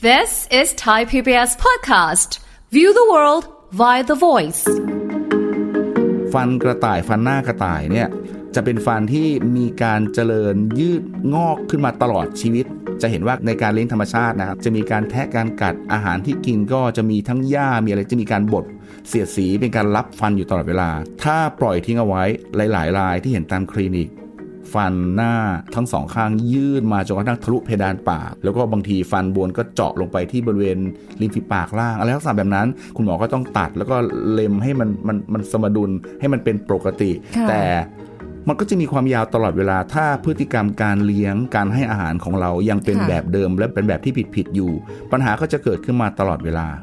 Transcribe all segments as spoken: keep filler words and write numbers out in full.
This is Thai พี บี เอส podcast. View the world via the voice. ฟันกระต่ายฟันหน้ากระต่ายเนี่ยจะเป็นฟันที่มีการเจริญยืดงอกขึ้นมาตลอดชีวิตจะเห็นว่าในการเลี้ยงธรรมชาตินะครับจะมีการแทะการกัดอาหารที่กินก็จะมีทั้งหญ้ามีอะไรจะมีการบดเสียดสีเป็นการรับฟันอยู่ตลอดเวลาถ้าปล่อยทิ้งเอาไว้หลายๆรายที่เห็นตามคลินิกฟันหน้าทั้งสองข้างยืดมาจนกระทั่งทะลุเพดานปากแล้วก็บางทีฟันบนก็เจาะลงไปที่บริเวณริมฝีปากล่างอะไรลักษณะแบบนั้นคุณหมอก็ต้องตัดแล้วก็เล็มให้มันมันมันสมดุลให้มันเป็นปกติแต่มันก็จะมีความยาวตลอดเวลาถ้าพฤติกรรมการเลี้ยงการให้อาหารของเรายังเป็นแบบเดิมและเป็นแบบที่ผิดๆอยู่ปัญหาก็จะเกิดขึ้นมาตลอดเวลา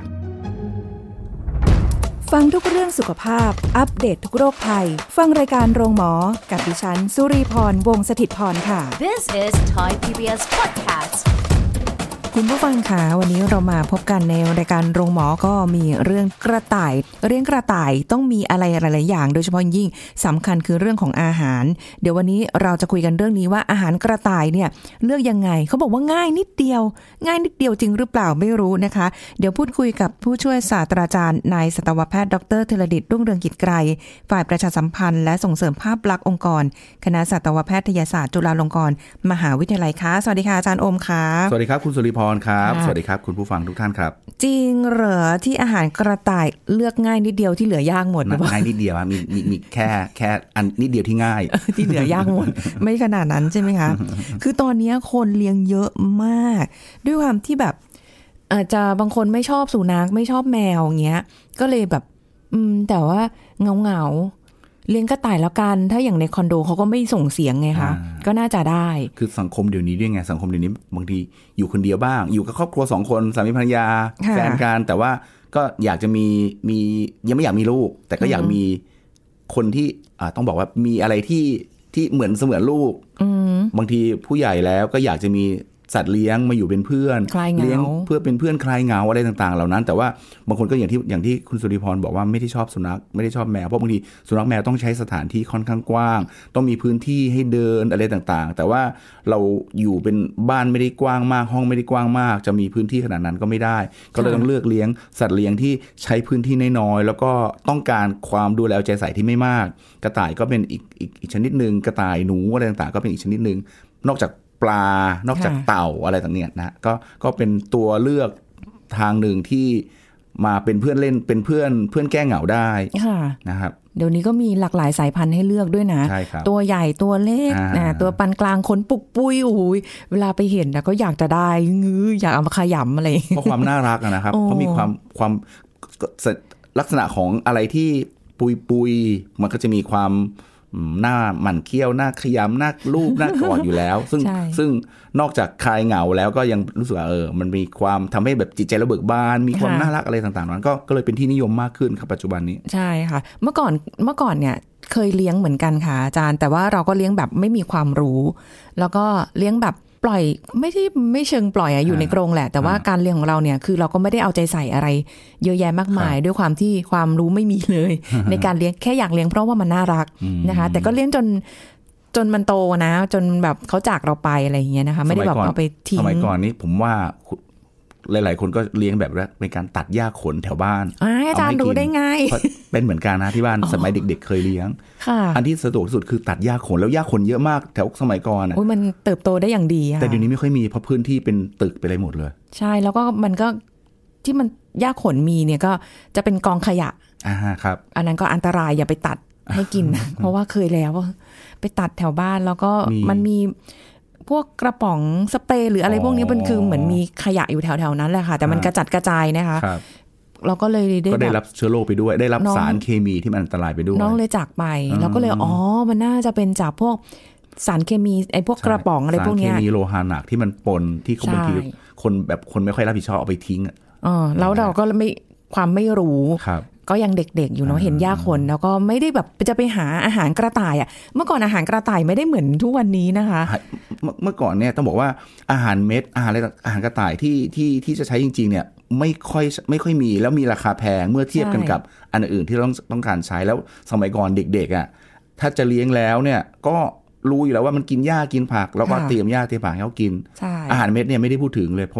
ฟังทุกเรื่องสุขภาพอัปเดต ท, ทุกโรคภัยฟังรายการโรงหมอกับดิฉันสุรีพรวงศ์สถิตย์พรค่ะ This is Thai พี บี เอส podcast. คุณผู้ฟังค่ะวันนี้เรามาพบกันในรายการโรงหมอก็มีเรื่องกระต่ายเลี้ยงกระต่ายต้องมีอะไรหลายๆอย่างโดยเฉพาะยิ่งสำคัญคือเรื่องของอาหารเดี๋ยววันนี้เราจะคุยกันเรื่องนี้ว่าอาหารกระต่ายเนี่ยเลือกยังไงเขาบอกว่าง่ายนิดเดียวง่ายนิดเดียวจริงหรือเปล่าไม่รู้นะคะเดี๋ยวพูดคุยกับผู้ช่วยศาสตราจารย์นายสัตวแพทย์ดรธีรดิษฐ์รุ่งเรืองกิจไกรฝ่ายประชาสัมพันธ์และส่งเสริมภาพลักษณ์องค์กรคณะสัตวแพทยศาสตร์จุฬาลงกรณ์มหาวิทยาลัยค่ะสวัสดีค่ะอาจารย์โอมค่ะสวัสดีครับคุณสุริพรครับสวัสดีครับคุณผู้ฟังทุกท่านครับจริงเหรอที่อาหารกระต่ายเลือกง่ายนิดเดียวที่เหลือยากหมดหรือเปล่าง่ายนิดเดียวมีมีมีแค่แค่อันนิดเดียวที่ง่ายที่เหลือยากหมด ไม่ขนาดนั้นใช่ไหมคะ คือตอนนี้คนเลี้ยงเยอะมากด้วยความที่แบบอาจจะบางคนไม่ชอบสุนัขไม่ชอบแมวอย่างเงี้ยก็เลยแบบอืมแต่ว่าเงาเงาเลี้ยงกระต่ายแล้วกันถ้าอย่างในคอนโดเขาก็ไม่ส่งเสียงไงคะก็น่าจะได้คือสังคมเดี๋ยวนี้ด้วยไงสังคมเดี๋ยวนี้บางทีอยู่คนเดียวบ้างอยู่กับครอบครัวสองคนสามีภรรยาแฟนกันแต่ว่าก็อยากจะมีมียังไม่อยากมีลูกแต่ก็อยากมีคนที่อ่าต้องบอกว่ามีอะไรที่ที่เหมือนเสมือนลูกบางทีผู้ใหญ่แล้วก็อยากจะมีสัตว์เลี้ยงมาอยู่เป็นเพื่อนเลี้ยงเพื่อเป็นเพื่อนคลายเหงาอะไรต่างๆเหล่านั้นแต่ว่าบางคนก็อย่างที่อย่างที่คุณสุริพรบอกว่าไม่ได้ชอบสุนัขไม่ได้ชอบแมวเพราะบางทีสุนัขแมวต้องใช้สถานที่ค่อนข้างกว้างต้องมีพื้นที่ให้เดินอะไรต่างๆแต่ว่าเราอยู่เป็นบ้านไม่ได้กว้างมากห้องไม่ได้กว้างมากจะมีพื้นที่ขนาดนั้นก็ไม่ได้ก็เลยต้องเลือกเลี้ยงสัตว์เลี้ยงที่ใช้พื้นที่น้อยๆแล้วก็ต้องการความดูแลเอาใจใส่ที่ไม่มากกระต่ายก็เป็นอีกอีกอีกชนิดนึงกระต่ายหนูอะไรต่างๆก็เป็นอีกชนิดนึงนอกจากปลานอกจากเต่าอะไรต่างๆนะก็ก็เป็นตัวเลือกทางหนึ่งที่มาเป็นเพื่อนเล่นเป็นเพื่อนเพื่อนแก้เหงาได้นะครับเดี๋ยวนี้ก็มีหลากหลายสายพันธุ์ให้เลือกด้วยนะตัวใหญ่ตัวเล็กนะตัวปานกลางขนปุกปุยโอ้ยเวลาไปเห็นนะก็อยากจะได้งื้ออยากเอามาขยำอะไรเพราะความน่ารักนะครับเพราะมีความความลักษณะของอะไรที่ปุยปุยมันก็จะมีความหน้าหมั่นเคี้ยวหน้าขยำหน้าลูบหน้ากอดอยู่แล้วซึ่งซึ่งนอกจากคลายเหงาแล้วก็ยังรู้สึกว่าเออมันมีความทำให้แบบจิตใจระเบิกบานมีความน่ารักอะไรต่างๆนั้นก็ก็เลยเป็นที่นิยมมากขึ้นครับปัจจุบันนี้ใช่ค่ะเมื่อก่อนเมื่อก่อนเนี่ยเคยเลี้ยงเหมือนกันค่ะอาจารย์แต่ว่าเราก็เลี้ยงแบบไม่มีความรู้แล้วก็เลี้ยงแบบปล่อยไม่ใช่ไม่เชิงปล่อยอะอยู่ในกรงแหละแต่ว่าการเลี้ยงของเราเนี่ยคือเราก็ไม่ได้เอาใจใส่อะไรเยอะแยะมากมายด้วยความที่ความรู้ไม่มีเลยในการเลี้ยงแค่อยากเลี้ยงเพราะว่ามันน่ารักนะคะแต่ก็เลี้ยงจนจนมันโตนะจนแบบเขาจากเราไปอะไรอย่างเงี้ยนะคะไม่ได้แบบเอาไปทิ้งสมัยก่อนนี้ผมว่าหลายๆคนก็เลี้ยงแบบว่าเป็นการตัดหญ้าขนแถวบ้านอาจารย์รู้ได้ไงเป็นเหมือนกันนะที่บ้านสมัยเด็กๆเคยเลี้ยงอันที่สะดวกที่สุดคือตัดหญ้าขนแล้วหญ้าขนเยอะมากแถวสมัยก่อนโอ้ยมันเติบโตได้อย่างดีแต่เดี๋ยวนี้ไม่ค่อยมีเพราะพื้นที่เป็นตึกไปเลยหมดเลยใช่แล้วก็มันก็ที่มันหญ้าขนมีเนี่ยก็จะเป็นกองขยะอ่าครับอันนั้นก็อันตรายอย่าไปตัดให้กิน เพราะว่าเคยแล้วไปตัดแถวบ้านแล้วก็มันมีพวกกระป๋องสเปรย์หรืออะไรพวกนี้มันคือเหมือนมีขยะอยู่แถวๆนั้นแหละค่ะแต่มันกระจัดกระจายนะคะเราก็เลยได้ก็ได้รับเชื้อโรคไปด้วยได้รับสารเคมีที่มันอันตรายไปด้วยน้องเลยจากไปเราก็เลยอ๋อมันน่าจะเป็นจากพวกสารเคมีไอ้พวกกระป๋องอะไรพวกนี้สารเคมีโลหะหนักที่มันปนที่บางทีคนแบบคนไม่ค่อยรับผิดชอบเอาไปทิ้งอ่ะอ๋อแล้วเราก็ไม่ความไม่รู้ก็ยังเด็กๆอยู่เนาะเห็นหญ้าขนแล้วก็ไม่ได้แบบจะไปหาอาหารกระต่ายอ่ะเมื่อก่อนอาหารกระต่ายไม่ได้เหมือนทุกวันนี้นะคะเมื่อก่อนเนี่ยต้องบอกว่าอาหารเม็ดอาหารอะไรอาหารกระต่ายที่ที่ที่จะใช้จริงๆเนี่ยไม่ค่อยไม่ค่อยมีแล้วมีราคาแพงเมื่อเทียบกันกับอันอื่นที่เราต้องต้องการใช้แล้วสมัยก่อนเด็กๆอ่ะถ้าจะเลี้ยงแล้วเนี่ยก็รู้อยู่แล้วว่ามันกินหญ้ากินผักแล้วก็เตรียมหญ้าเตรียมผักให้เขากินอาหารเม็ดเนี่ยไม่ได้พูดถึงเลยเพราะว่า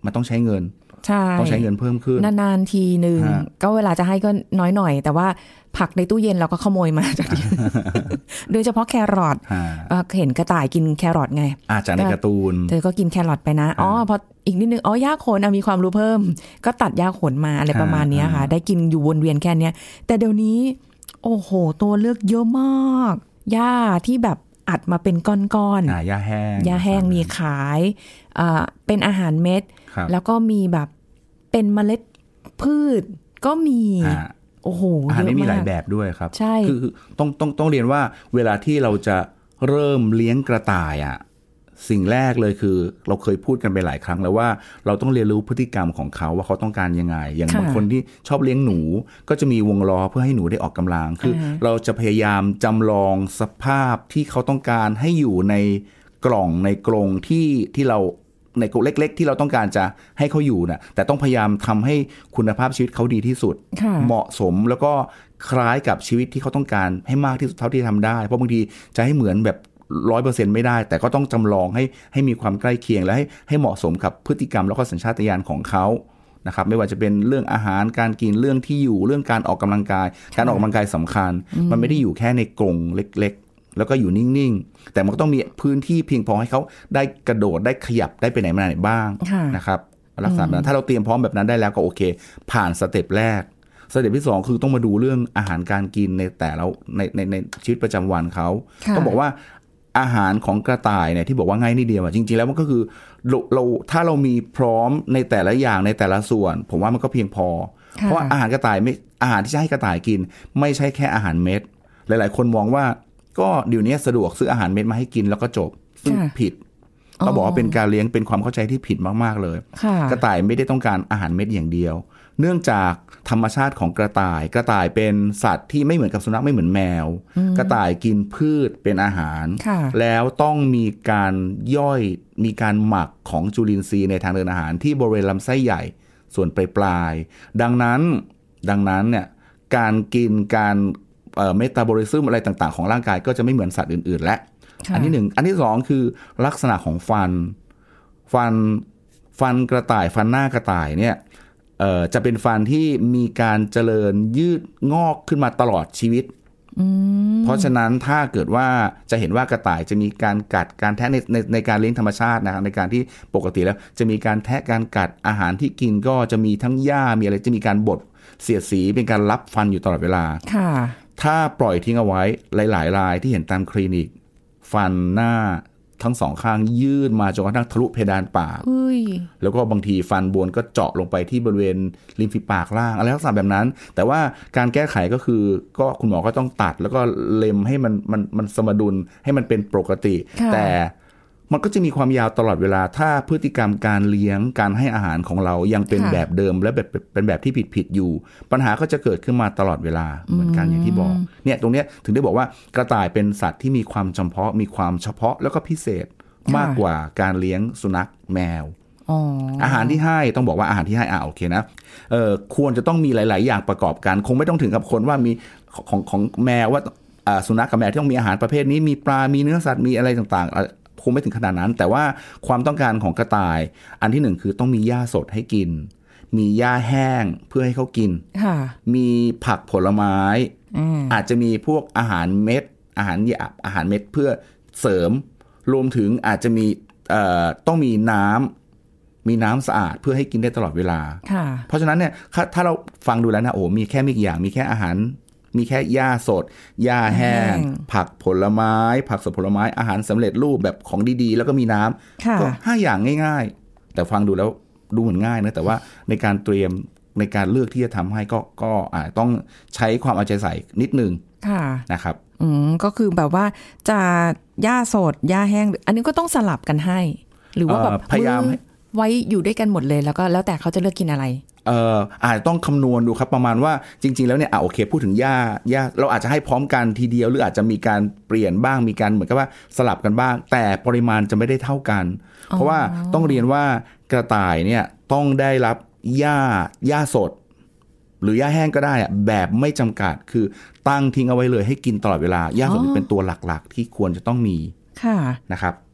มันต้องใช้เงินใช่ต้องใช้เงินเพิ่มขึ้นนานๆทีนึงก็เวลาจะให้ก็น้อยหน่อยแต่ว่าผักในตู้เย็นเราก็ขโมยมาจากที่ โดยเฉพาะแครอทเห็นกระต่ายกินแครอทไงอาจจะในการ์ตูนเธอก็กินแครอทไปนะอ๋อพออีกนิดนึงอ๋อหญ้าขนมีความรู้เพิ่มก็ตัดหญ้าขนมาอะไรประมาณนี้ค่ะได้กินอยู่วนเวียนแค่นี้แต่เดี๋ยวนี้โอ้โหตัวเลือกเยอะมากหญ้าที่แบบอัดมาเป็นก้อนๆหญ้าแห้งหญ้าแห้งมีขายเป็นอาหารเม็ดแล้วก็มีแบบเป็นเมล็ดพืชก็มีโอ้โหอาหารนี้มีหลายแบบด้วยครับใช่คือต้องต้องต้องเรียนว่าเวลาที่เราจะเริ่มเลี้ยงกระต่ายอ่ะสิ่งแรกเลยคือเราเคยพูดกันไปหลายครั้งแล้วว่าเราต้องเรียนรู้พฤติกรรมของเขาว่าเขาต้องการยังไงอย่างบางคนที่ชอบเลี้ยงหนูก็จะมีวงล้อเพื่อให้หนูได้ออกกำลังคือเราจะพยายามจำลองสภาพที่เขาต้องการให้อยู่ในกล่องในกรงที่ที่เราในกรงเล็กๆที่เราต้องการจะให้เขาอยู่นะแต่ต้องพยายามทำให้คุณภาพชีวิตเขาดีที่สุดเหมาะสมแล้วก็คล้ายกับชีวิตที่เขาต้องการให้มากที่สุดเท่าที่ทำได้เพราะบางทีจะให้เหมือนแบบร้อยเปอร์เซ็นต์ไม่ได้แต่ก็ต้องจำลองให้ให้มีความใกล้เคียงและให้ให้เหมาะสมกับพฤติกรรมแล้วก็สัญชาตญาณของเขานะครับไม่ว่าจะเป็นเรื่องอาหารการกินเรื่องที่อยู่เรื่องการออกกำลังกายการออกกำลังกายสำคัญมันไม่ได้อยู่แค่ในกรงเล็กๆแล้วก็อยู่นิ่งๆแต่มันก็ต้องมีพื้นที่เพียงพอให้เขาได้กระโดดได้ขยับได้ไปไหนมาไหนบ้างนะครับลักษณะนั้นถ้าเราเตรียมพร้อมแบบนั้นได้แล้วก็โอเคผ่านสเต็ปแรกสเต็ปที่สองคือต้องมาดูเรื่องอาหารการกินในแต่ละในในในชีวิตประจำวันเขาต้องบอกว่าอาหารของกระต่ายเนี่ยที่บอกว่าง่ายนิดเดียวจริงๆแล้วมันก็คือเราเราถ้าเรามีพร้อมในแต่ละอย่างในแต่ละส่วนผมว่ามันก็เพียงพอเพราะอาหารกระต่ายไม่อาหารที่จะให้กระต่ายกินไม่ใช่แค่อาหารเม็ดหลายๆคนมองว่าก็เดี๋ยวนี้สะดวกซื้ออาหารเม็ดมาให้กินแล้วก็จบซึ่งผิดเราบอกว่าเป็นการเลี้ยงเป็นความเข้าใจที่ผิดมากๆเลยกระต่ายไม่ได้ต้องการอาหารเม็ดอย่างเดียวเนื่องจากธรรมชาติของกระต่ายกระต่ายเป็นสัตว์ที่ไม่เหมือนกับสุนัขไม่เหมือนแมวกระต่ายกินพืชเป็นอาหารแล้วต้องมีการย่อยมีการหมักของจุลินทรีย์ในทางเดินอาหารที่บริเวณลำไส้ใหญ่ส่วนปลายๆดังนั้นดังนั้นเนี่ยการกินการเอ่อเมตาบอลิซึมอะไรต่างๆของร่างกายก็จะไม่เหมือนสัตว์อื่นๆและอันที่หนึ่งอันที่สองคือลักษณะของฟันฟันฟันกระต่ายฟันหน้ากระต่ายเนี่ยเอ่อจะเป็นฟันที่มีการเจริญยืดงอกขึ้นมาตลอดชีวิตเพราะฉะนั้นถ้าเกิดว่าจะเห็นว่ากระต่ายจะมีการกัดการแทะในในในการเลี้ยงธรรมชาตินะครับในการที่ปกติแล้วจะมีการแทะการกัดอาหารที่กินก็จะมีทั้งหญ้ามีอะไรจะมีการบดเสียดสีเป็นการรับฟันอยู่ตลอดเวลาถ้าปล่อยทิ้งเอาไว้หลายๆรายที่เห็นตามคลินิกฟันหน้าทั้งสองข้างยืดมาจนกระทั่งทะลุเพดานปากแล้วก็บางทีฟันบนก็เจาะลงไปที่บริเวณริมฝีปากล่างอะไรลักษณะแบบนั้นแต่ว่าการแก้ไขก็คือก็คุณหมอก็ต้องตัดแล้วก็เล็มให้มันมันมันสมดุลให้มันเป็นปกติแต่มันก็จะมีความยาวตลอดเวลาถ้าพฤติกรรมการเลี้ยงการให้อาหารของเรายังเป็นแบบเดิมและแบบเป็นแบบที่ผิดผิดอยู่ปัญหาก็จะเกิดขึ้นมาตลอดเวลาเหมือนกันอย่างที่บอกเนี่ยตรงเนี้ยถึงได้บอกว่ากระต่ายเป็นสัตว์ที่มีความจำเพาะมีความเฉพาะแล้วก็พิเศษมากกว่าการเลี้ยงสุนัขแมวอาหารที่ให้ต้องบอกว่าอาหารที่ให้อ่าโอเคนะเออควรจะต้องมีหลายๆอย่างประกอบกันคงไม่ต้องถึงกับคนว่ามีของของแมวว่าสุนัขกับแมวที่ต้องมีอาหารประเภทนี้มีปลามีเนื้อสัตว์มีอะไรต่างๆคงไม่ถึงขนาดนั้นแต่ว่าความต้องการของกระต่ายอันที่หนึ่งคือต้องมีหญ้าสดให้กินมีหญ้าแห้งเพื่อให้เขากินมีผักผลไม้ อ, อาจจะมีพวกอาหารเม็ดอาหารหยาบอาหารเม็ดเพื่อเสริมรวมถึงอาจจะมีต้องมีน้ำมีน้ำสะอาดเพื่อให้กินได้ตลอดเวลาเพราะฉะนั้นเนี่ยถ้าเราฟังดูแล้วนะโอ้มีแค่ไม่กี่อย่างมีแค่อาหารมีแค่หญ้าสดหญ้าแห้งผักผลไม้ผักสดผลไม้อาหารสำเร็จรูปแบบของดีๆแล้วก็มีน้ำก็ห้าอย่างง่ายๆแต่ฟังดูแล้วดูเหมือนง่ายนะแต่ว่าในการเตรียมในการเลือกที่จะทำให้ก็ก็อาจต้องใช้ความเอาใจใส่นิดนึงนะครับอืมก็คือแบบว่าจะหญ้าสดหญ้าแห้งอันนี้ก็ต้องสลับกันให้หรือว่าแบบพยายามไว้อยู่ด้วยกันหมดเลยแล้วก็แล้วแต่เขาจะเลือกกินอะไรเอ่ออาจจะต้องคำนวณดูครับประมาณว่าจริงๆแล้วเนี่ยอ่ะโอเคพูดถึงหญ้าหญ้าเราอาจจะให้พร้อมกันทีเดียวหรืออาจจะมีการเปลี่ยนบ้างมีการเหมือนกับว่าสลับกันบ้างแต่ปริมาณจะไม่ได้เท่ากันเพราะว่าต้องเรียนว่ากระต่ายเนี่ยต้องได้รับหญ้าหญ้าสดหรือหญ้าแห้งก็ได้อ่ะแบบไม่จำกัดคือตั้งทิ้งเอาไว้เลยให้กินตลอดเวลาหญ้าสดเป็นตัวหลักๆที่ควรจะต้องมีนะครับ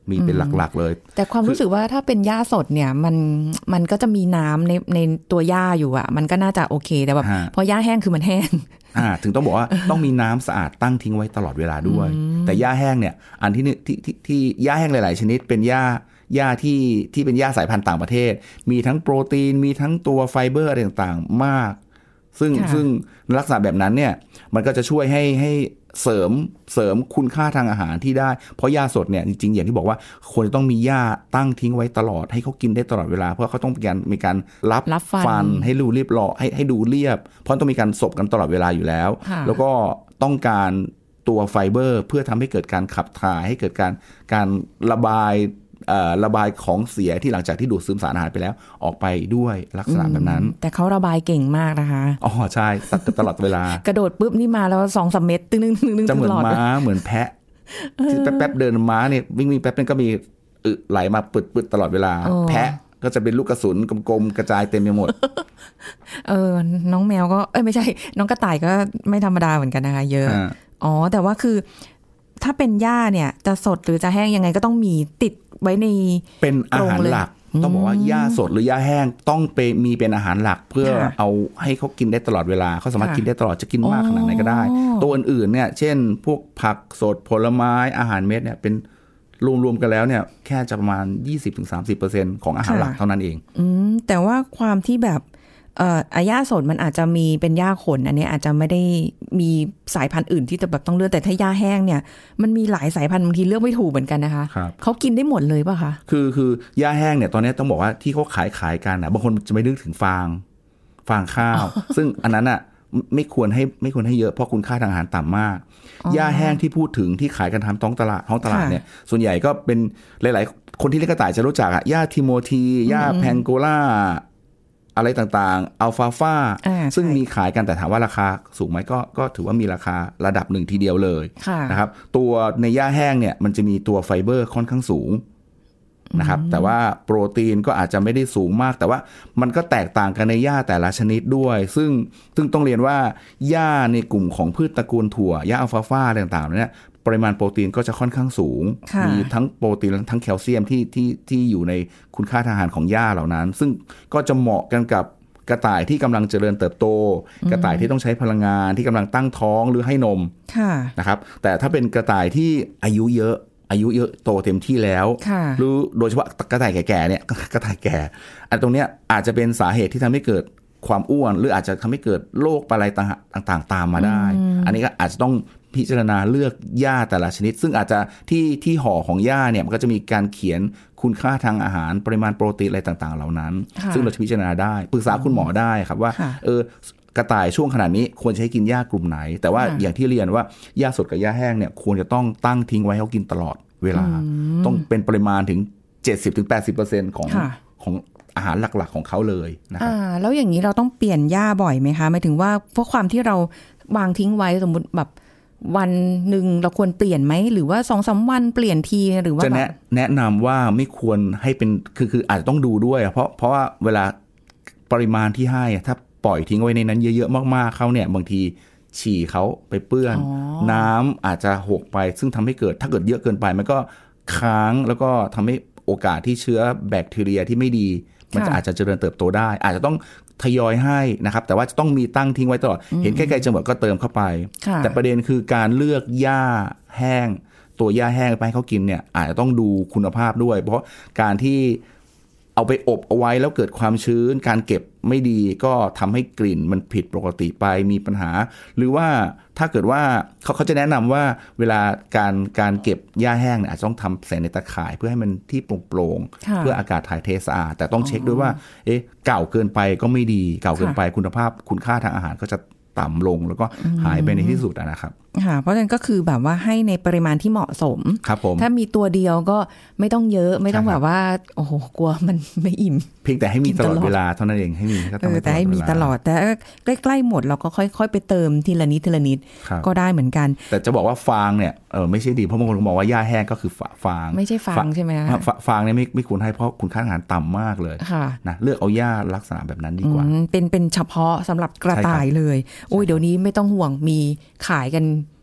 มีเป็นหลักๆเลยแต่ความรู้สึกว่าถ้าเป็นหญ้าสดเนี่ยมันมันก็จะมีน้ำในในตัวหญ้าอยู่อ่ะมันก็น่าจะโอเคแต่แบบพอหญ้าแห้งคือมันแห้งอ่าถึงต้องบอกว่าต้องมีน้ำสะอาดตั้งทิ้งไว้ตลอดเวลาด้วยแต่หญ้าแห้งเนี่ยอันที่ที่ที่ที่หญ้าแห้งหลายๆชนิดเป็นหญ้าหญ้าที่ที่เป็นหญ้าสายพันธุ์ต่างประเทศมีทั้งโปรตีนมีทั้งตัวไฟเบอร์อะไรต่างๆมากซึ่งซึ่งลักษณะแบบนั้นเนี่ยมันก็จะช่วยให้ให้เสริมเสริมคุณค่าทางอาหารที่ได้เพราะหญ้าสดเนี่ยจริงๆอย่างที่บอกว่าควรจะต้องมีหญ้าตั้งทิ้งไว้ตลอดให้เขากินได้ตลอดเวลาเพราะเขาต้องมีการมีการรับ, รับฟัน, ฟันให้ดูเรียบร้อยให้ให้ดูเรียบเพราะต้องมีการสบกันตลอดเวลาอยู่แล้วแล้วก็ต้องการตัวไฟเบอร์เพื่อทำให้เกิดการขับถ่ายให้เกิดการการระบายระบายของเสียที่หลังจากที่ดูดซึมสารอาหารไปแล้วออกไปด้วยลักษณะแบบนั้นแต่เขาระบายเก่งมากนะคะอ๋อใช่ตลอดเวลากระโดดปุ๊บนี่มาแล้วสองสามเม็ดตึ้งๆๆๆจะเหมือนม้าเหมือนแพะที่แป๊บๆเดินม้าเนี่ยวิ่งๆแป๊บนึงก็มีอึไหลมาปึดๆตลอดเวลาแพะก็จะเป็นลูกกระสุนกลมๆกระจายเต็มไปหมดเออน้องแมวก็เอ้ยไม่ใช่น้องกระต่ายก็ไม่ธรรมดาเหมือนกันนะคะเยอะอ๋อแต่ว่าคือถ้าเป็นหญ้าเนี่ยจะสดหรือจะแห้งยังไงก็ต้องมีติดไว้ในเป็นอาหารหลักต้องบอกว่าหญ้าสดหรือหญ้าแห้งต้องไปมีเป็นอาหารหลักเพื่อเอาให้เขากินได้ตลอดเวลาเขาสามารถกินได้ตลอดจะกินมากขนาดไหนก็ได้ตัวอื่นๆเนี่ยเช่นพวกผักสดผลไม้อาหารเม็ดเนี่ยเป็นรวมๆกันแล้วเนี่ยแค่จะประมาณ ยี่สิบถึงสามสิบเปอร์เซ็นต์ ของอาหารหลักเท่านั้นเองอืมแต่ว่าความที่แบบเอ่อหญ้าสดมันอาจจะมีเป็นหญ้าขนอันนี้อาจจะไม่ได้มีสายพันธุ์อื่นที่จะแบบต้องเลือกแต่ถ้าหญ้าแห้งเนี่ยมันมีหลายสายพันธุ์บางทีเลือกไม่ถูกเหมือนกันนะคะเขากินได้หมดเลยป่ะคะคือคือหญ้าแห้งเนี่ยตอนนี้ต้องบอกว่าที่เขาขายขายกันนะบางคนจะไม่นึกถึงฟางฟางข้าว ซึ่งอันนั้นอ่ะไม่ควรให้ไม่ควรให้เยอะเพราะคุณค่าทางอาหารต่ำมากหญ้าแห้งที่พูดถึงที่ขายกันทำท้องตลาดท้องตลาดเนี่ยส่วนใหญ่ก็เป็นหลายๆคนที่เลี้ยงกระต่ายจะรู้จักอ่ะหญ้าทิโมธีหญ้าแพงโกล่าอะไรต่างๆอัลฟาฟาซึ่งมีขายกันแต่ถามว่าราคาสูงไหมก็ก็ถือว่ามีราคาระดับหนึ่งทีเดียวเลยนะครับตัวในหญ้าแห้งเนี่ยมันจะมีตัวไฟเบอร์ค่อนข้างสูงนะครับแต่ว่าโปรตีนก็อาจจะไม่ได้สูงมากแต่ว่ามันก็แตกต่างกันในหญ้าแต่ละชนิดด้วยซึ่งซึ่งต้องเรียนว่าหญ้าในกลุ่มของพืชตระกูลถั่วหญ้าอัลฟาฟาอะไรต่างๆเนี่ยปริมาณโปรตีนก็จะค่อนข้างสูงมีทั้งโปรตีนและทั้งแคลเซียมที่ที่ที่อยู่ในคุณค่าทางอาหารของหญ้าเหล่านั้นซึ่งก็จะเหมาะกันกับกระต่ายที่กำลังเจริญเติบโตกระต่ายที่ต้องใช้พลังงานที่กำลังตั้งท้องหรือให้นมนะครับแต่ถ้าเป็นกระต่ายที่อายุเยอะอายุเยอะโตเต็มที่แล้วหรือโดยเฉพาะกระต่ายแก่ๆเนี่ยกระต่ายแก่อันตรงเนี้ยอาจจะเป็นสาเหตุที่ทำให้เกิดความอ้วนหรืออาจจะทำให้เกิดโรคอะไรต่างๆตามมาได้อันนี้ก็อาจจะต้องพิจารณาเลือกหญ้าแต่ละชนิดซึ่งอาจจะที่ที่ห่อของหญ้าเนี่ยมันก็จะมีการเขียนคุณค่าทางอาหารปริมาณโปรตีนอะไรต่างๆเหล่านั้นซึ่งเราจะพิจารณาได้ปรึกษาคุณหมอได้ครับว่าเออกระต่ายช่วงขนาดนี้ควรใช้กินหญ้ากลุ่มไหนแต่ว่าอย่างที่เรียนว่าหญ้าสดกับหญ้าแห้งเนี่ยควรจะต้องตั้งทิ้งไว้ให้เขากินตลอดเวลาต้องเป็นปริมาณถึง เจ็ดสิบถึงแปดสิบเปอร์เซ็นต์ ของของอาหารหลักๆของเขาเลยนะครับแล้วอย่างนี้เราต้องเปลี่ยนหญ้าบ่อยไหมคะหมายถึงว่าเพราะความที่เราวางทิ้งไว้สมมุติแบบวันหนึ่งเราควรเปลี่ยนไหมหรือว่า สองถึงสาม วันเปลี่ยนทีหรือว่าจะแนะแนะนำว่าไม่ควรให้เป็นคือคืออาจจะต้องดูด้วยเพราะเพราะว่าเวลาปริมาณที่ให้ถ้าปล่อยทิ้งไว้ในนั้นเยอะๆมากๆเขาเนี่ยบางทีฉี่เขาไปเปื้อนน้ำอาจจะหกไปซึ่งทำให้เกิดถ้าเกิดเยอะเกินไปมันก็ค้างแล้วก็ทำให้โอกาสที่เชื้อแบคทีเรียที่ไม่ดีมันจะอาจจะเจริญเติบโตได้อาจจะต้องทยอยให้นะครับแต่ว่าจะต้องมีตั้งทิ้งไว้ตลอดเห็นใกล้ๆจะหมดก็เติมเข้าไปแต่ประเด็นคือการเลือกหญ้าแห้งตัวหญ้าแห้งไปให้เขากินเนี่ยอาจจะต้องดูคุณภาพด้วยเพราะการที่เอาไปอบเอาไว้แล้วเกิดความชื้นการเก็บไม่ดีก็ทำให้กลิ่นมันผิดปกติไปมีปัญหาหรือว่าถ้าเกิดว่าเขาเขาจะแนะนำว่าเวลาการการเก็บหญ้าแห้งเนี่ยอาจจะต้องทำใส่ในตะข่ายเพื่อให้มันที่โปร่งๆเพื่ออากาศถ่ายเทสะอาดแต่ต้องเช็คด้วยว่าเอ๊ะเก่าเกินไปก็ไม่ดีเก่าเกินไปคุณภาพคุณค่าทางอาหารก็จะต่ำลงแล้วก็หายไปในที่สุดนะครับค่ะเพราะฉะนั้นก็คือแบบว่าให้ในปริมาณที่เหมาะสมครับผมถ้ามีตัวเดียวก็ไม่ต้องเยอะไม่ต้องแบบว่าโอ้โหกลัวมันไม่อิ่มเพียงแต่ให้มีตลอดเวลาเท่านั้นเองให้มีก็ต้องแต่ให้มีตลอดแต่ใกล้ๆหมดเราก็ค่อยๆไปเติมทีละนิดทีละนิดก็ได้เหมือนกันแต่จะบอกว่าฟางเนี่ยเออไม่ใช่ดีเพราะบางคนบอกว่าหญ้าแห้งก็คือฟางไม่ใช่ฟางใช่ไหมคะฟางเนี่ยไม่ไม่ควรให้เพราะคุณค่าอาหารต่ำมากเลยนะเลือกเอาหญ้าลักษณะแบบนั้นดีกว่าเป็นเป็นเฉพาะสำหรับกระต่ายเลยโอ้ยเดี๋ยวนี้ไม่ต้องห่วงมีขายกัน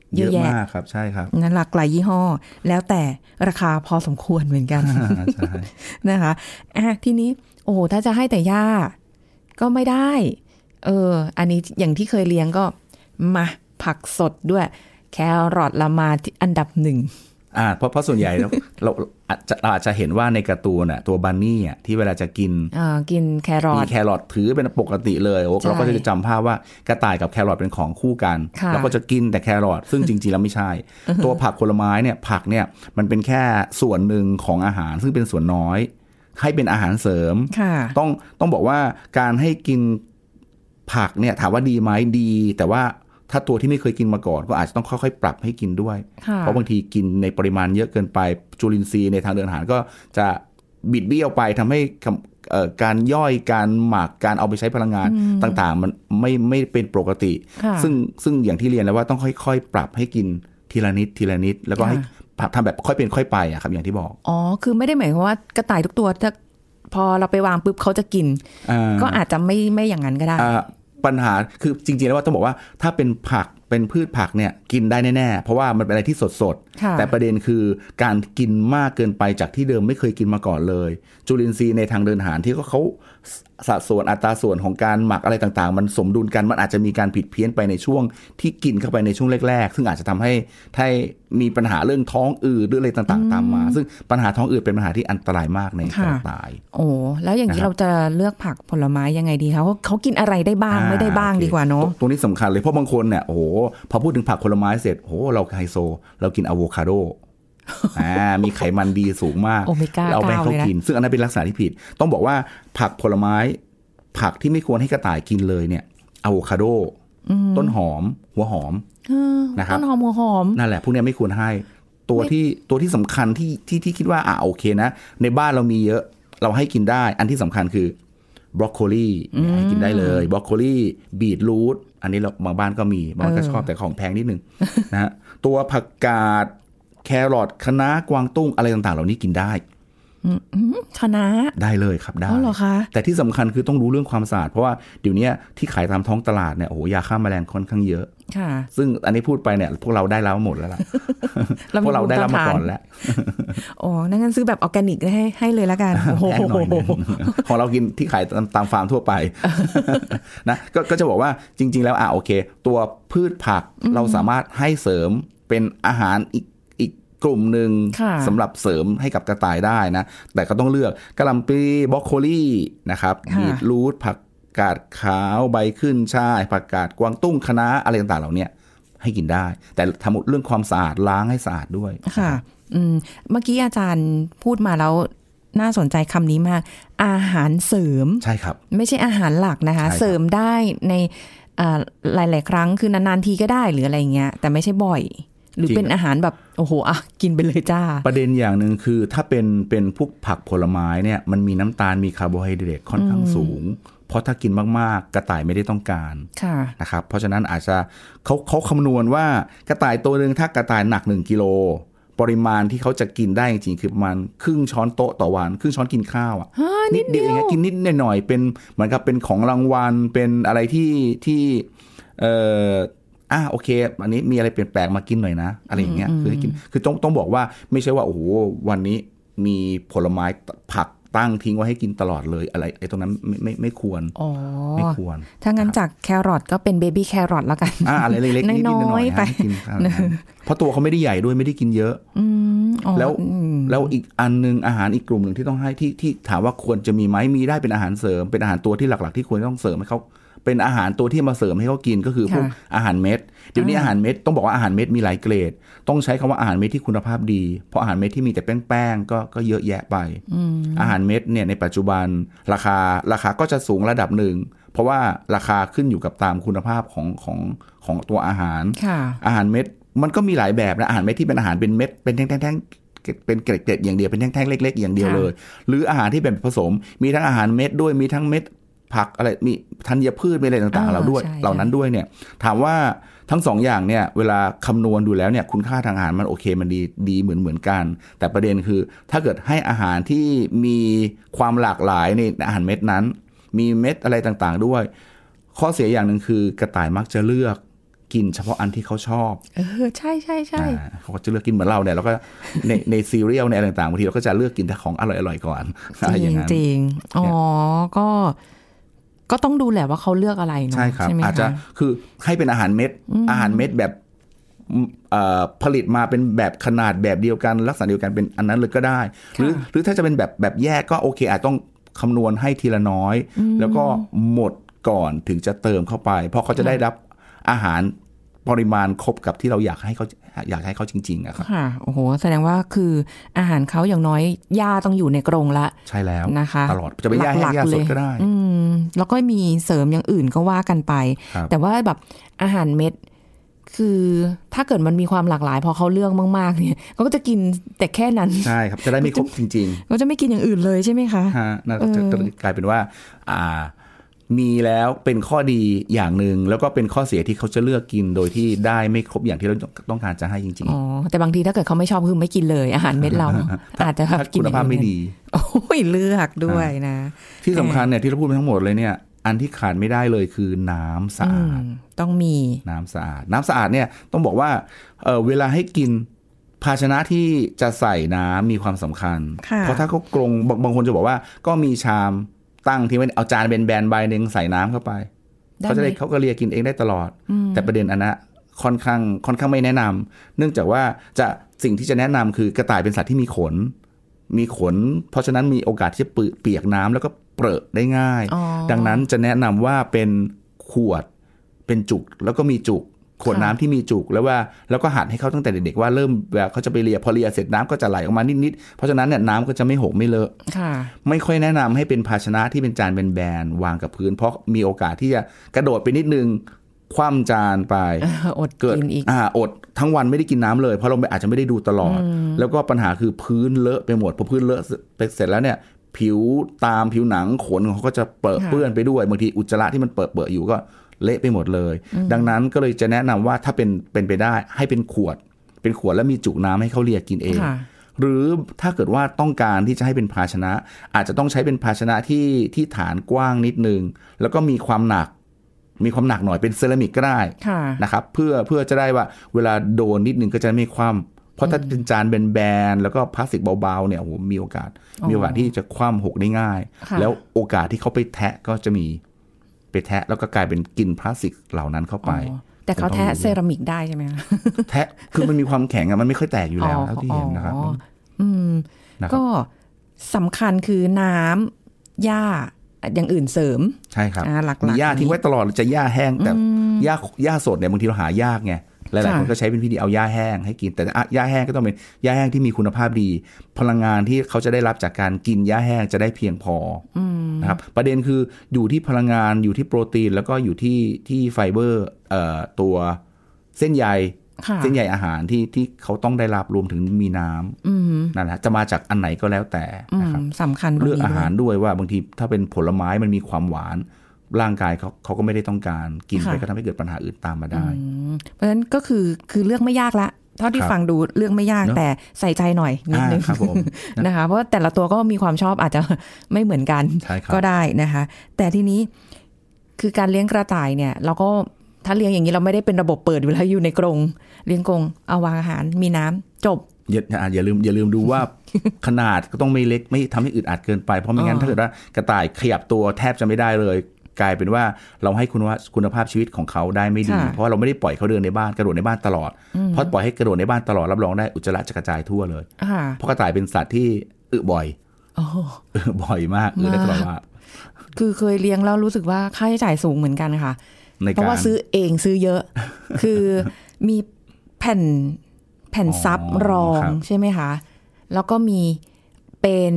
เยอะแยะมากครับใช่ครับงั้นหลากหลายยี่ห้อแล้วแต่ราคาพอสมควรเหมือนกันใช่นะคะอ่ะทีนี้โอ้โหถ้าจะให้แต่หญ้าก็ไม่ได้เอออันนี้อย่างที่เคยเลี้ยงก็มาผักสดด้วยแครอทละมาที่อันดับหนึ่งอ่าเพราะเพราะส่วนใหญ่ เราเราอาจจะเราอาจจะเห็นว่าในการ์ตูนอ่ะตัวบันนี่อ่ะที่เวลาจะกินอ่ากินแครอทมีแครอทถือเป็นปกติเลยโอ้เราก็จะจำภาพว่ากระต่ายกับแครอทเป็นของคู่กันเราก็จะกินแต่แครอทซึ่งจริงๆแล้วไม่ใช่ ตัวผักผลไม้เนี่ยผักเนี่ยมันเป็นแค่ส่วนหนึ่งของอาหารซึ่งเป็นส่วนน้อยให้เป็นอาหารเสริมต้องต้องบอกว่าการให้กินผักเนี่ยถามว่าดีไหมดีแต่ว่าถ้าตัวที่ไม่เคยกินมาก่อนก็อาจจะต้องค่อยๆปรับให้กินด้วยเพราะบางทีกินในปริมาณเยอะเกินไปจุลินทรีย์ในทางเดินอาหารก็จะบิดเบี้ยวไปทำให้การย่อยการหมักการเอาไปใช้พลังงานต่างๆมันไม่ไม่เป็นปกติซึ่งซึ่งอย่างที่เรียนแล้วว่าต้องค่อยๆปรับให้กินทีละนิดทีละนิดแล้วก็ให้ทำแบบค่อยเป็นค่อยไปอะครับอย่างที่บอกอ๋อคือไม่ได้หมายความว่ากระต่ายทุกตัวถ้าพอเราไปวางปุ๊บเขาจะกินก็อาจจะไม่ไม่อย่างนั้นก็ได้ปัญหาคือจริงๆแล้วว่าต้องบอกว่าถ้าเป็นผักเป็นพืชผักเนี่ยกินได้แน่ๆเพราะว่ามันเป็นอะไรที่สดๆแต่ประเด็นคือการกินมากเกินไปจากที่เดิมไม่เคยกินมาก่อนเลยจุลินทรีย์ในทางเดินอาหารที่เขาสัดส่วนอัตราส่วนของการหมักอะไรต่างๆมันสมดุลกันมันอาจจะมีการผิดเพี้ยนไปในช่วงที่กินเข้าไปในช่วงแรกๆซึ่งอาจจะทำให้ให้มีปัญหาเรื่องท้องอืดหรืออะไรต่างๆตามมาซึ่งปัญหาท้องอืดเป็นปัญหาที่อันตรายมากในกระต่ายโอ้แล้วอย่างนี้เราจะเลือกผักผลไม้ยังไงดีคะว่าเขากินอะไรได้บ้างไม่ได้บ้างดีกว่าเนาะตรงนี้สำคัญเลยเพราะบางคนเนี่ยโอ้โหพอพูดถึงผักผลไม้เสร็จโอ้เราไฮโซเรากินอะโวคาโดอ่ามีไขมันดีสูงมากเราไปเขากินซึ่งอันนั้นเป็นลักษณะที่ผิดต้องบอกว่าผักผลไม้ผักที่ไม่ควรให้กระต่ายกินเลยเนี่ยอะโวคาโดต้นหอมหัวหอมนะครับต้นหอมหัวหอมนั่นแหละพวกนี้ไม่ควรให้ตัวที่ตัวที่สำคัญที่ที่ที่คิดว่าอ่าโอเคนะในบ้านเรามีเยอะเราให้กินได้อันที่สำคัญคือบรอกโคลีให้กินได้เลยบรอกโคลีบีทรูทอันนี้เราบางบ้านก็มีบางบ้านก็ชอบแต่ของแพงนิดนึงนะฮะตัวผักกาดแครอทคะน้ากวางตุ้งอะไรต่างๆเหล่านี้กินได้คะน้าได้เลยครับได้แต่ที่สำคัญคือต้องรู้เรื่องความสะอาดเพราะว่าเดี๋ยวนี้ที่ขายตามท้องตลาดเนี่ยโอ้โหยาฆ่าแมลงค่อนข้างเยอะซึ่งอันนี้พูดไปเนี่ยพวกเราได้แล้วหมดแล้วล่ะพวกเราได้แล้วมาก่อนแล้วอ๋องั้นซื้อแบบออร์แกนิกให้ให้เลยละกันแพงหน่อยนึงของเรากินที่ขายตามฟาร์มทั่วไปนะก็จะบอกว่าจริงๆแล้วอ่ะโอเคตัวพืชผักเราสามารถให้เสริมเป็นอาหารอีกกลุ่มหนึ่งสำหรับเสริมให้กับกระต่ายได้นะแต่ก็ต้องเลือกกะหล่ำปลีบรอกโคลีนะครับบีทรูทผักกาดขาวใบขึ้นช่ายผักกาดกวางตุ้งคะน้าอะไรต่างๆเหล่านี้ให้กินได้แต่ทำเรื่องความสะอาดล้างให้สะอาดด้วยค่ะอืมเมื่อกี้อาจารย์พูดมาแล้วน่าสนใจคำนี้มากอาหารเสริมใช่ครับไม่ใช่อาหารหลักนะคะเสริมได้ในหลายๆครั้งคือนานๆทีก็ได้หรืออะไรเงี้ยแต่ไม่ใช่บ่อยหรือเป็นอาหารแบบโอ้โหอ่ะกินไปเลยจ้าประเด็นอย่างหนึ่งคือถ้าเป็นเป็นพวกผักผลไม้เนี่ยมันมีน้ำตาลมีคาร์โบไฮเดรตค่อนข้างสูงเพราะถ้ากินมากๆกระต่ายไม่ได้ต้องการนะครับเพราะฉะนั้นอาจจะเขาเขาคำนวณว่ากระต่ายตัวนึงถ้ากระต่ายหนักหนึ่งกิโลปริมาณที่เขาจะกินได้จริงๆคือประมาณครึ่งช้อนโต๊ะต่อวันครึ่งช้อนกินข้าวอ่ะนิดเดียวเองกินนิดหน่อยๆเป็นเหมือนกับเป็นของรางวัลเป็นอะไรที่ที่เอ่ออ่ะโอเคอันนี้มีอะไรเปลี่ยนแปลงมากินหน่อยนะอะไรอย่างเงี้ยคือให้กินคือต้องต้องบอกว่าไม่ใช่ว่าโอ้โหวันนี้มีผลไม้ผักตั้งทิ้งไว้ให้กินตลอดเลยอะไรไอ้ตรงนั้นไม่ไม่ไม่ควรอ๋อไม่ควรถ้างั้นจากแครอทก็เป็นเบบี้แครอทแล้วกันอ่ะอะไรเล็กๆนิดๆหน่อยๆไปเพราะตัวเขาไม่ได้ใหญ่ด้วยไม่ได้กินเยอะแล้วแล้วอีกอันนึงอาหารอีกกลุ่มหนึ่งที่ต้องให้ที่ที่ถามว่าควรจะมีไหมมีได้เป็นอาหารเสริมเป็นอาหารตัวที่หลักๆที่ควรต้องเสริมให้เขาเป็นอาหารตัวที่มาเสริมให้เขากินก็คือพวกอาหารเม็ดเดี๋ยวนี้อาหารเม็ดต้องบอกว่าอาหารเม็ดมีหลายเกรดต้องใช้คำว่าอาหารเม็ดที่คุณภาพดีเพราะอาหารเม็ดที่มีแต่แป้งๆก็ก็เยอะแยะไปอาหารเม็ดเนี่ยในปัจจุบันราคาราคาก็จะสูงระดับหนึ่งเพราะว่าราคาขึ้นอยู่กับตามคุณภาพของของของตัวอาหารอาหารเม็ดมันก็มีหลายแบบนะอาหารเม็ดที่เป็นอาหารเป็นเม็ดเป็นแท่งๆเป็นเกล็ดๆอย่างเดียวเป็นแท่งๆเล็กๆอย่างเดียวเลยหรืออาหารที่เป็นผสมมีทั้งอาหารเม็ดด้วยมีทั้งเม็ดผักอะไรมีธัญพืชมีอะไรต่างๆเราด้วยเหล่านั้นด้วยเนี่ยถามว่าทั้งสองอย่างเนี่ยเวลาคำนวณดูแล้วเนี่ยคุณค่าทางอาหารมันโอเคมันดีดีเหมือนเหมือนกันแต่ประเด็นคือถ้าเกิดให้อาหารที่มีความหลากหลายในอาหารเม็ดนั้นมีเม็ดอะไรต่างๆด้วยข้อเสียอย่างหนึ่งคือกระต่ายมักจะเลือกกินเฉพาะอันที่เขาชอบเออใช่ใช่ใช่เขาก็จะเลือกกินเหมือนเราเนี่ยแล้วก็ในในซีเรียลในอะไรต่างๆบางทีเราก็จะเลือกกินแต่ของอร่อยๆก่อนจริงจริงอ๋อก็ก็ต้องดูแหละว่าเขาเลือกอะไรเนาะใช่ครับอาจจะคือให้เป็นอาหารเม็ดอาหารเม็ดแบบผลิตมาเป็นแบบขนาดแบบเดียวกันลักษณะเดียวกันเป็นอันนั้นเลยก็ได้หรือหรือถ้าจะเป็นแบบแบบแยกก็โอเคอาจต้องคำนวณให้ทีละน้อยแล้วก็หมดก่อนถึงจะเติมเข้าไปเพราะเขาจะได้รับอาหารปริมาณครบกับที่เราอยากให้เขาอยากให้เขาจริงๆอะครับค่ะโอ้โหแสดงว่าคืออาหารเขาอย่างน้อยหญ้าต้องอยู่ในกรงละใช่แล้วนะคะตลอดจะไปหญ้าแห้งหญ้าสดก็ได้อืมแล้วก็มีเสริมอย่างอื่นก็ว่ากันไปแต่ว่าแบบอาหารเม็ดคือถ้าเกิดมันมีความหลากหลายพอเขาเลือกมากๆเนี่ยเขาก็จะกินแต่แค่นั้นใช่ครับจะได้ไม่ครบจริงๆก็จะไม่กินอย่างอื่นเลยใช่ไหมคะฮะน่าจะกลายเป็นว่าอ่ามีแล้วเป็นข้อดีอย่างหนึ่งแล้วก็เป็นข้อเสียที่เขาจะเลือกกินโดยที่ได้ไม่ครบอย่างที่เราต้องการจะให้จริงๆอ๋อแต่บางทีถ้าเกิดเขาไม่ชอบคือไม่กินเลยอาหารเม็ดเราอาจจะกินคุณภาพไม่ดีโอ้ยเลือกด้วยนะที่สำคัญเนี่ยที่เราพูดไปทั้งหมดเลยเนี่ยอันที่ขาดไม่ได้เลยคือน้ำสะอาดต้องมีน้ำสะอาดน้ำสะอาดเนี่ยต้องบอกว่า เ, เวลาให้กินภาชนะที่จะใส่น้ำมีความสำคัญเพราะถ้าเขากรงบางคนจะบอกว่าก็มีชามตั้งที่ไม่เอาจานแบนๆใบหนึ่งใส่น้ำเข้าไปเขาจะได้เขาก็เลียกินเองได้ตลอดแต่ประเด็นอันนั้นค่อนข้างค่อนข้างไม่แนะนำเนื่องจากว่าจะสิ่งที่จะแนะนำคือกระต่ายเป็นสัตว์ที่มีขนมีขนเพราะฉะนั้นมีโอกาสที่จะเปียกน้ำแล้วก็เปรอะได้ง่ายดังนั้นจะแนะนำว่าเป็นขวดเป็นจุกแล้วก็มีจุกขวดน้ำที่มีจุกแล้วว่าแล้วก็หัดให้เขาตั้งแต่เด็กๆว่าเริ่มแบบเขาจะไปเลียพอเลียเสร็จน้ำก็จะไหลออกมานิดๆเพราะฉะนั้นเนี่ยน้ำก็จะไม่หกไม่เลอะไม่ค่อยแนะนำให้เป็นภาชนะที่เป็นจานแบนๆวางกับพื้นเพราะมีโอกาสที่จะกระโดดไปนิดนึงคว่ำจานไปอดเกิดอีกอ่าอดทั้งวันไม่ได้กินน้ำเลยเพราะเราอาจจะไม่ได้ดูตลอดแล้วก็ปัญหาคือพื้นเลอะไปหมดพอพื้นเลอะไปเสร็จแล้วเนี่ยผิวตามผิวหนังขนเขาก็จะเปื้อนเปื้อนไปด้วยบางทีอุจจาระที่มันเปื้อนเปื้อนอยู่ก็เละไปหมดเลยดังนั้นก็เลยจะแนะนำว่าถ้าเป็นเป็นไปได้ให้เป็นขวดเป็นขวดแล้วมีจุน้ำให้เขาเลียกินเองหรือถ้าเกิดว่าต้องการที่จะให้เป็นภาชนะอาจจะต้องใช้เป็นภาชนะที่ที่ฐานกว้างนิดนึงแล้วก็มีความหนักมีความหนักหน่อยเป็นเซรามิกก็ได้นะครับเพื่อเพื่อจะได้ว่าเวลาโดนนิดนึงก็จะไม่คว่ำเพราะถ้าเป็นจานแบนๆแล้วก็พลาสติกเบาๆเนี่ยโอ้โหมีโอกาสมีโอกาสที่จะคว่ำหกได้ง่ายแล้วโอกาสที่เขาไปแทะก็จะมีไปแทะแล้วก็กลายเป็นกินพลาสติกเหล่านั้นเข้าไปแต่เขาแทะเซรามิกได้ใช่ไหมคะแทะคือมันมีความแข็งอะมันไม่ค่อยแตกอยู่แล้วเท่าที่เห็นนะครับอืมก็สำคัญคือน้ำหญ้าอย่างอื่นเสริมใช่ครับมีหญ้าทิ้งไว้ตลอดจะหญ้าแห้งแต่หญ้าหญ้าสดเนี่ยบางทีเราหายากไงหลายๆคนก็ใช้เป็นวิธีเอาหญ้าแห้งให้กินแต่หญ้าแห้งก็ต้องเป็นหญ้าแห้งที่มีคุณภาพดีพลังงานที่เขาจะได้รับจากการกินหญ้าแห้งจะได้เพียงพอนะครับประเด็นคืออยู่ที่พลังงานอยู่ที่โปรตีนแล้วก็อยู่ที่ที่ไฟเบอร์เอ่อตัวเส้นใยเส้นใยอาหารที่ที่เขาต้องได้รับรวมถึงมีน้ำนั่นแหละจะมาจากอันไหนก็แล้วแต่นะครับสำคัญเลือกอาหารด้วยว่าบางทีถ้าเป็นผลไม้มันมีความหวานร่างกายเขาเขาก็ไม่ได้ต้องการกินไปก็ทำให้เกิดปัญหาอื่นตามมาได้เพราะฉะนั้นก็คือคือเลือกไม่ยากละเท่าที่ฟังดูเลือกไม่ยากแต่ใส่ใจหน่อยนิดนึงนะคะเพราะแต่ละตัวก็มีความชอบอาจจะไม่เหมือนกันก็ได้นะคะแต่ทีนี้คือการเลี้ยงกระต่ายเนี่ยเราก็ถ้าเลี้ยงอย่างนี้เราไม่ได้เป็นระบบเปิดเวลาอยู่ในกรงเลี้ยงกรงเอาวางอาหารมีน้ำจบอย่าอย่าลืมอย่าลืมดูว่าขนาดก็ต้องไม่เล็กไม่ทำให้อึดอัดเกินไปเพราะไม่งั้นถ้าเกิดว่ากระต่ายขยับตัวแทบจะไม่ได้เลยกลายเป็นว่าเราให้คุณว่าคุณภาพชีวิตของเขาได้ไม่ดีเพราะเราไม่ได้ปล่อยเขาเดินในบ้านกระโดดในบ้านตลอดเพราะปล่อยให้กระโดดในบ้านตลอดรับรองได้อุจจาระจะกระจายทั่วเลยเพราะกระต่ายเป็นสัตว์ที่อึบ่อยอึบ่อยมากอึได้ตลอดว่าคือเคยเลี้ยงแล้วรู้สึกว่าค่าใช้จ่ายสูงเหมือนกันค่ะเพราะว่าซื้อเองซื้อเยอะคือมีแผ่นแผ่นซับรองใช่ไหมคะแล้วก็มีเป็น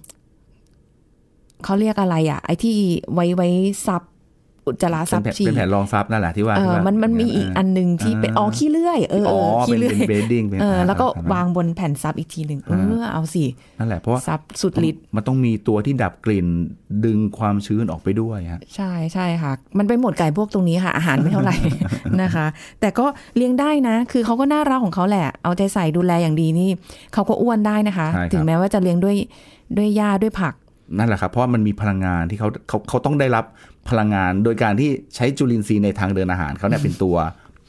เขาเรียกอะไรอ่ะไอ้ที่ไว้ไว้ซับอุจจาระซับฉี่เป็นแผ่นรองซับนั่นแหละที่ว่ามันมันมีอีกอันนึงที่เป็นอ๋อขี้เลื่อยเออขี้เลื่อยเป็นเบดดิ้งเออแล้วก็วางบนแผ่นซับอีกทีนึงเออเอาสินั่นแหละเพราะว่าซับสุดฤทธิ์มันต้องมีตัวที่ดับกลิ่นดึงความชื้นออกไปด้วยฮะใช่ใช่ค่ะมันไปหมดไก่พวกตรงนี้ค่ะอาหารไม่เท่าไหร่นะคะแต่ก็เลี้ยงได้นะคือเขาก็น่ารักของเขาแหละเอาใจใส่ดูแลอย่างดีนี่เขาก็อ้วนได้นะคะถึงแม้ว่าจะเลี้ยงด้วยด้วยหญ้าด้วยผักนั่นแหละครับเพราะมันมีพลังงานที่เขาเขาเขาต้องได้รับพลังงานโดยการที่ใช้จุลินทรีย์ในทางเดินอาหารเขาเนี่ยเป็นตัว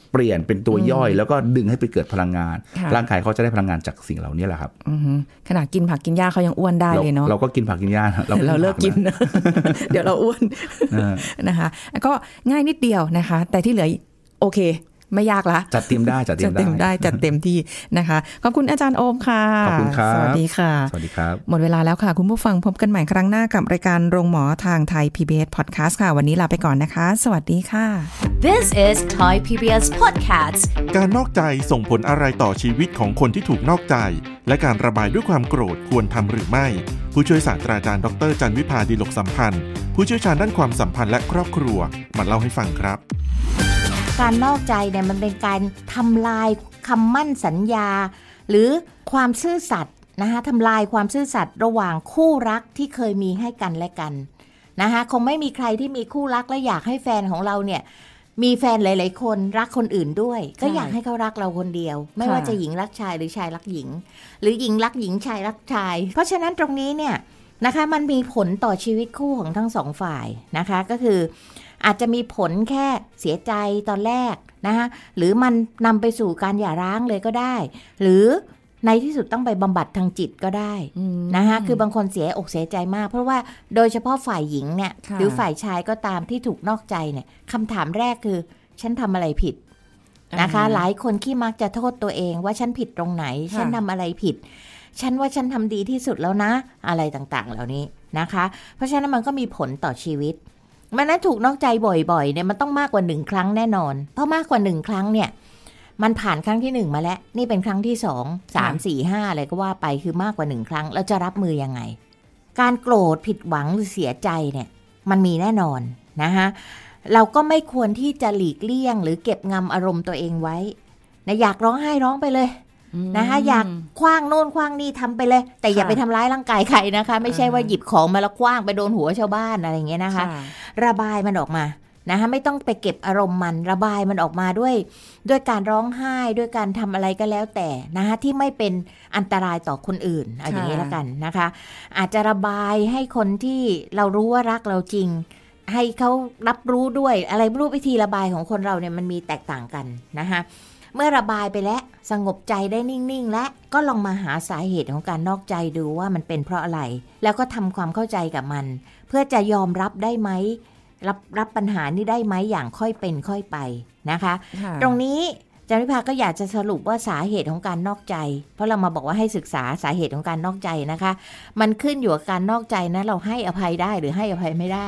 เปลี่ยนเป็นตัวย่อยแล้วก็ดึงให้ไปเกิดพลังงานร่างกายเขาจะได้พลังงานจากสิ่งเหล่านี้แหละครับขนาดกินผักกินหญ้าเขายังอ้วนได้เลยเนาะเราก็กินผักกินหญ้าเราเราเลิกกินนะเดี๋ยวเราอ้วนนะคะก็ง่ายนิดเดียวนะคะแต่ที่เหลือโอเคไม่ยากละจัดเต็มได้จัดเต็มได้จัดเต็มที่นะคะขอบคุณอาจารย์โอมค่ะขอบคุณครับสวัสดีค่ะสวัสดีครับหมดเวลาแล้วค่ะคุณผู้ฟังพบกันใหม่ครั้งหน้ากับรายการโรงหมอทางไทย พี บี เอส Podcast ค่ะวันนี้ลาไปก่อนนะคะสวัสดีค่ะ This is Thai พี บี เอส Podcast การนอกใจส่งผลอะไรต่อชีวิตของคนที่ถูกนอกใจและการระบายด้วยความโกรธควรทำหรือไม่ผู้ช่วยศาสตราจารย์ดรจันวิภาดิลกสัมพันธ์ผู้เชี่ยวชาญด้านความสัมพันธ์และครอบครัวมาเล่าให้ฟังครับการนอกใจเนี่ยมันเป็นการทำลายคำมั่นสัญญาหรือความซื่อสัตย์นะคะทำลายความซื่อสัตย์ระหว่างคู่รักที่เคยมีให้กันและกันนะคะคงไม่มีใครที่มีคู่รักและอยากให้แฟนของเราเนี่ยมีแฟนหลายๆคนรักคนอื่นด้วยก็อยากให้เขารักเราคนเดียวไม่ว่าจะหญิงรักชายหรือชายรักหญิงหรือหญิงรักหญิงชายรักชายเพราะฉะนั้นตรงนี้เนี่ยนะคะมันมีผลต่อชีวิตคู่ของทั้งสองฝ่ายนะคะก็คืออาจจะมีผลแค่เสียใจตอนแรกนะคะหรือมันนำไปสู่การหย่าร้างเลยก็ได้หรือในที่สุดต้องไปบำบัดทางจิตก็ได้นะคะคือบางคนเสียอกเสียใจมากเพราะว่าโดยเฉพาะฝ่ายหญิงเนี่ยหรือฝ่ายชายก็ตามที่ถูกนอกใจเนี่ยคำถามแรกคือฉันทำอะไรผิดนะคะหลายคนขี้มักจะโทษตัวเองว่าฉันผิดตรงไหนฉันทำอะไรผิดฉันว่าฉันทำดีที่สุดแล้วนะอะไรต่างๆเหล่านี้นะคะเพราะฉะนั้นมันก็มีผลต่อชีวิตมันนั้นถูกนอกใจบ่อยๆเนี่ยมันต้องมากกว่าหนึ่งครั้งแน่นอนเพราะมากกว่าหนึ่งครั้งเนี่ยมันผ่านครั้งที่หนึ่งมาแล้วนี่เป็นครั้งที่สองสามสี่ห้าอะไรก็ว่าไปคือมากกว่าหนึ่งครั้งเราจะรับมือยังไงการโกรธผิดหวังหรือเสียใจเนี่ยมันมีแน่นอนนะคะเราก็ไม่ควรที่จะหลีกเลี่ยงหรือเก็บงำอารมณ์ตัวเองไว้นะอยากร้องไห้ร้องไปเลยนะคะอยากคว้างโน่นคว้างนี่ทำไปเลยแต่อย่าไปทำร้ายร่างกายใครนะคะไม่ใช่ว่าหยิบของมาแล้วคว้างไปโดนหัวชาวบ้านอะไรอย่างเงี้ยนะคะระบายมันออกมานะคะไม่ต้องไปเก็บอารมณ์มันระบายมันออกมาด้วยด้วยการร้องไห้ด้วยการทำอะไรก็แล้วแต่นะคะที่ไม่เป็นอันตรายต่อคนอื่นเอาอย่างนี้แล้วกันนะคะอาจจะระบายให้คนที่เรารู้ว่ารักเราจริงให้เขารับรู้ด้วยอะไรไม่รู้วิธีระบายของคนเราเนี่ยมันมีแตกต่างกันนะคะเมื่อระบายไปแล้วสงบใจได้นิ่งๆและก็ลองมาหาสาเหตุของการนอกใจดูว่ามันเป็นเพราะอะไรแล้วก็ทำความเข้าใจกับมันเพื่อจะยอมรับได้ไหมรับรับปัญหานี้ได้ไหมอย่างค่อยเป็นค่อยไปนะคะตรงนี้จันวิภาก็อยากจะสรุปว่าสาเหตุของการนอกใจเพราะเรามาบอกว่าให้ศึกษาสาเหตุของการนอกใจนะคะมันขึ้นอยู่กับการนอกใจนะเราให้อภัยได้หรือให้อภัยไม่ได้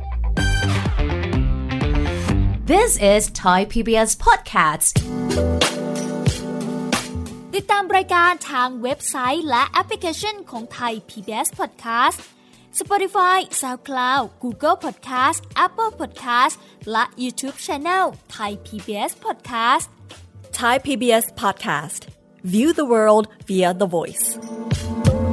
This is Thai พี บี เอส Podcast ติดตามรายการทางเว็บไซต์และแอปพลิเคชันของ Thai พี บี เอส Podcast Spotify, SoundCloud, Google Podcast, Apple Podcast และ YouTube Channel Thai พี บี เอส Podcast Thai พี บี เอส Podcast View the world via the voice